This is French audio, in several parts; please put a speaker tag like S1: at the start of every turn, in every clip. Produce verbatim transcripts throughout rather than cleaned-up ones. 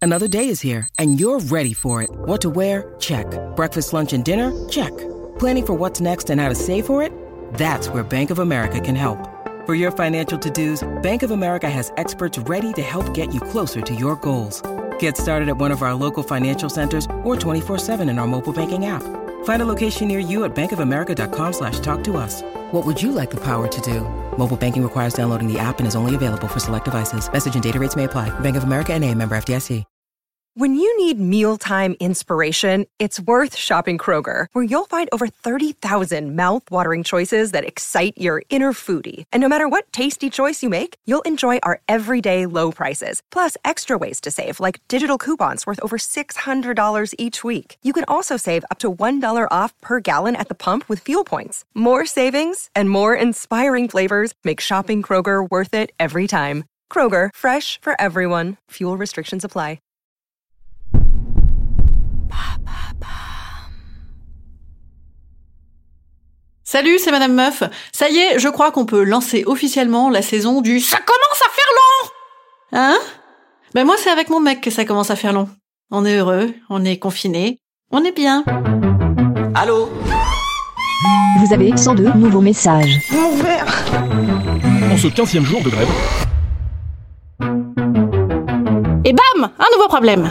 S1: Another day is here, and you're ready for it. What to wear? Check. Breakfast, lunch, and dinner? Check. Planning for what's next and how to save for it? That's where Bank of America can help. For your financial to-dos, Bank of America has experts ready to help get you closer to your goals. Get started at one of our local financial centers or twenty-four seven in our mobile banking app. Find a location near you at bankofamerica.com slash talk to us. What would you like the power to do? Mobile banking requires downloading the app and is only available for select devices. Message and data rates may apply. Bank of America N A, member F D I C.
S2: When you need mealtime inspiration, it's worth shopping Kroger, where you'll find over thirty thousand mouth-watering choices that excite your inner foodie. And no matter what tasty choice you make, you'll enjoy our everyday low prices, plus extra ways to save, like digital coupons worth over six hundred dollars each week. You can also save up to one dollar off per gallon at the pump with fuel points. More savings and more inspiring flavors make shopping Kroger worth it every time. Kroger, fresh for everyone. Fuel restrictions apply.
S3: Salut, c'est Madame Meuf. Ça y est, je crois qu'on peut lancer officiellement la saison du « Ça commence à faire long !» Hein ? Ben moi, c'est avec mon mec que ça commence à faire long. On est heureux, on est confinés, on est bien.
S4: Allô ?
S5: Vous avez cent deux nouveaux messages.
S2: Mon verre.
S6: En ce quinzième jour de grève.
S3: Et bam ! Un nouveau problème.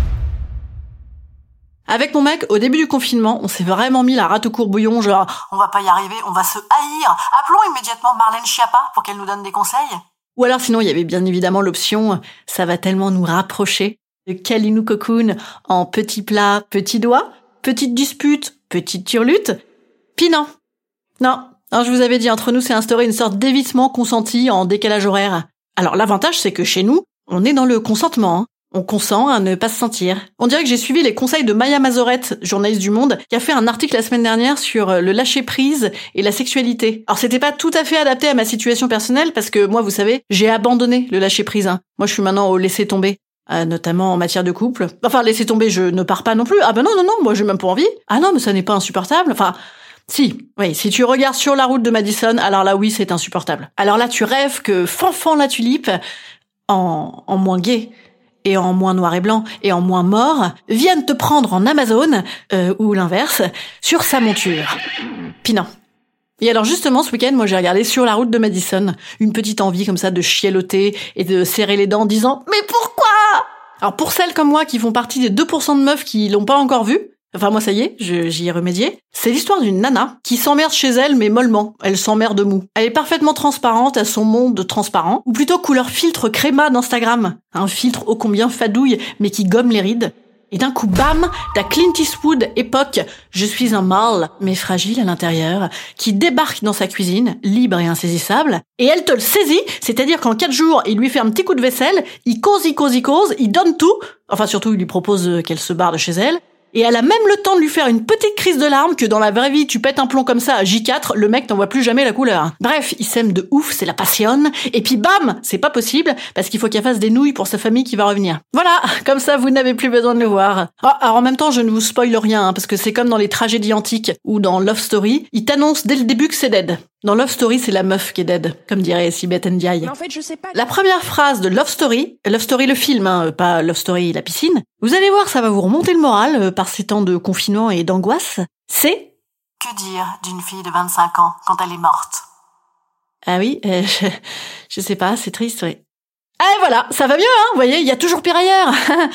S3: Avec mon mec, au début du confinement, on s'est vraiment mis la rate au courbouillon, genre « On va pas y arriver, on va se haïr. Appelons immédiatement Marlène Schiappa pour qu'elle nous donne des conseils. » Ou alors sinon, il y avait bien évidemment l'option « Ça va tellement nous rapprocher ». De Kalinou Cocoon en petit plat, petit doigt, petite dispute, petite turlute. Puis non. Non. Alors je vous avais dit, entre nous, c'est instauré une sorte d'évitement consenti en décalage horaire. Alors l'avantage, c'est que chez nous, on est dans le consentement, hein. On consent à ne pas se sentir. On dirait que j'ai suivi les conseils de Maya Mazorette, journaliste du Monde, qui a fait un article la semaine dernière sur le lâcher-prise et la sexualité. Alors c'était pas tout à fait adapté à ma situation personnelle, parce que moi, vous savez, j'ai abandonné le lâcher-prise. Hein. Moi, je suis maintenant au laisser-tomber. Euh, notamment en matière de couple. Enfin, laisser tomber, je ne pars pas non plus. Ah ben non, non, non, moi j'ai même pas envie. Ah non, mais ça n'est pas insupportable. Enfin, si, oui, si tu regardes sur la route de Madison, alors là oui, c'est insupportable. Alors là, tu rêves que Fanfan la tulipe, en, en moins gay, et en moins noir et blanc, et en moins mort, viennent te prendre en Amazon, euh, ou l'inverse, sur sa monture. Puis non. Et alors justement, ce week-end, moi j'ai regardé Sur la route de Madison, une petite envie comme ça de chialloter et de serrer les dents en disant « Mais pourquoi ?» Alors pour celles comme moi qui font partie des deux pour cent de meufs qui l'ont pas encore vu, enfin moi ça y est, je, j'y ai remédié, c'est l'histoire d'une nana qui s'emmerde chez elle mais mollement, elle s'emmerde mou. Elle est parfaitement transparente à son monde transparent, ou plutôt couleur filtre créma d'Instagram, un filtre ô combien fadouille mais qui gomme les rides. Et d'un coup, bam, t'as Clint Eastwood, époque « Je suis un mâle, mais fragile à l'intérieur », qui débarque dans sa cuisine, libre et insaisissable, et elle te le saisit, c'est-à-dire qu'en quatre jours, il lui fait un petit coup de vaisselle, il cause, il cause, il cause, il donne tout, enfin surtout, il lui propose qu'elle se barre de chez elle, et elle a même le temps de lui faire une petite crise de larmes que dans la vraie vie, tu pètes un plomb comme ça à J quatre, le mec n'en voit plus jamais la couleur. Bref, il s'aime de ouf, c'est la passionne, et puis bam, c'est pas possible, parce qu'il faut qu'elle fasse des nouilles pour sa famille qui va revenir. Voilà, comme ça vous n'avez plus besoin de le voir. Oh, alors en même temps, je ne vous spoil rien, hein, parce que c'est comme dans les tragédies antiques, ou dans Love Story, ils t'annoncent dès le début que c'est dead. Dans Love Story, c'est la meuf qui est dead, comme dirait Sibeth Ndiaye.
S2: Mais en fait, je sais pas.
S3: La première phrase de Love Story, Love Story le film, hein, pas Love Story la piscine, vous allez voir, ça va vous remonter le moral euh, par ces temps de confinement et d'angoisse, c'est « Que dire d'une fille de vingt-cinq ans quand elle est morte ?» Ah oui, euh, je, je sais pas, c'est triste, oui. Ah voilà, ça va mieux, hein, vous voyez, il y a toujours pire ailleurs.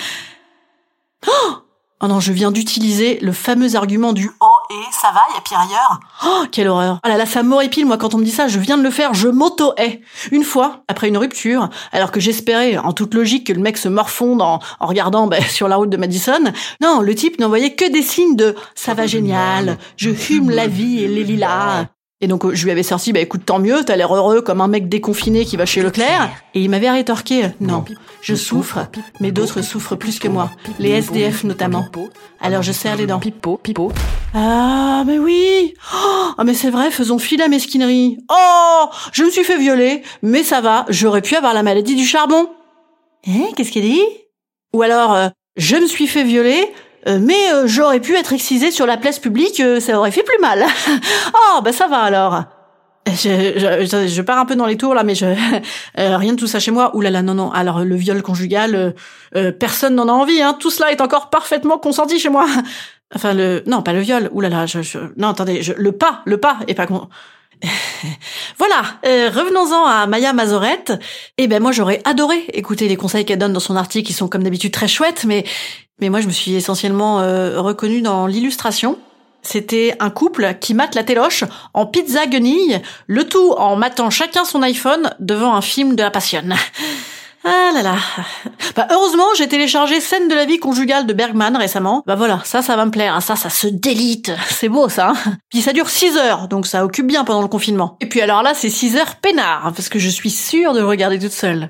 S3: Oh Oh non, je viens d'utiliser le fameux argument du « Oh, et ça va, il y a pire ailleurs ?» Oh, quelle horreur. Oh là là, ça m'horripile, moi, quand on me dit ça, je viens de le faire, je m'auto-hais. Une fois, après une rupture, alors que j'espérais, en toute logique, que le mec se morfonde en, en regardant bah, Sur la route de Madison, non, le type n'envoyait que des signes de « Ça va génial, je fume la vie et les lilas ». Et donc, je lui avais sorti, bah écoute, tant mieux, t'as l'air heureux comme un mec déconfiné qui va chez Leclerc. Et il m'avait rétorqué, non, je souffre, mais d'autres souffrent plus que moi. Les S D F notamment. Alors je serre les dents.
S2: Pipo, pipo.
S3: Ah, mais oui. Oh, mais c'est vrai, faisons fi la mesquinerie. Oh, je me suis fait violer, mais ça va, j'aurais pu avoir la maladie du charbon. Eh, qu'est-ce qu'elle dit? Ou alors, euh, je me suis fait violer, Euh, mais euh, j'aurais pu être excisée sur la place publique, euh, ça aurait fait plus mal. Oh, bah ça va alors. Euh, je, je, je pars un peu dans les tours là, mais je, euh, rien de tout ça chez moi. Ouh là là, non, non. Alors le viol conjugal, euh, euh, personne n'en a envie. Hein. Tout cela est encore parfaitement consenti chez moi. Enfin le, non, pas le viol. Ouh là là, je, je, non, attendez, je, le pas, le pas est pas con. Voilà, euh, revenons-en à Maya Mazorette. Eh ben moi j'aurais adoré écouter les conseils qu'elle donne dans son article, qui sont comme d'habitude très chouettes, mais mais moi je me suis essentiellement euh, reconnue dans l'illustration. C'était un couple qui mate la téloche en pizza guenille, le tout en matant chacun son iPhone devant un film de la passionne. Ah là là. Bah heureusement, j'ai téléchargé Scène de la vie conjugale de Bergman récemment. Bah voilà, ça, ça va me plaire. Ça, ça se délite. C'est beau, ça. Hein. Puis ça dure six heures, donc ça occupe bien pendant le confinement. Et puis alors là, c'est six heures peinard, parce que je suis sûre de le regarder toute seule.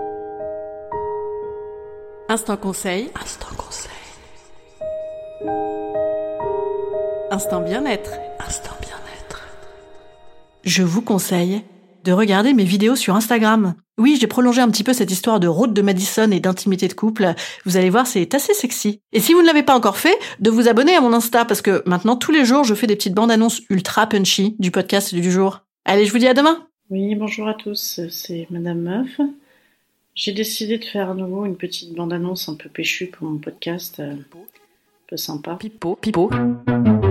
S3: Instant conseil. Instant conseil. Instant bien-être. Instant bien-être. Je vous conseille de regarder mes vidéos sur Instagram. Oui, j'ai prolongé un petit peu cette histoire de route de Madison et d'intimité de couple. Vous allez voir, c'est assez sexy. Et si vous ne l'avez pas encore fait, de vous abonner à mon Insta, parce que maintenant, tous les jours, je fais des petites bandes annonces ultra punchy du podcast du jour. Allez, je vous dis à demain.
S4: Oui, bonjour à tous, c'est Madame Meuf. J'ai décidé de faire à nouveau une petite bande annonce un peu péchue pour mon podcast, euh, un peu sympa.
S3: Pipo, pipo.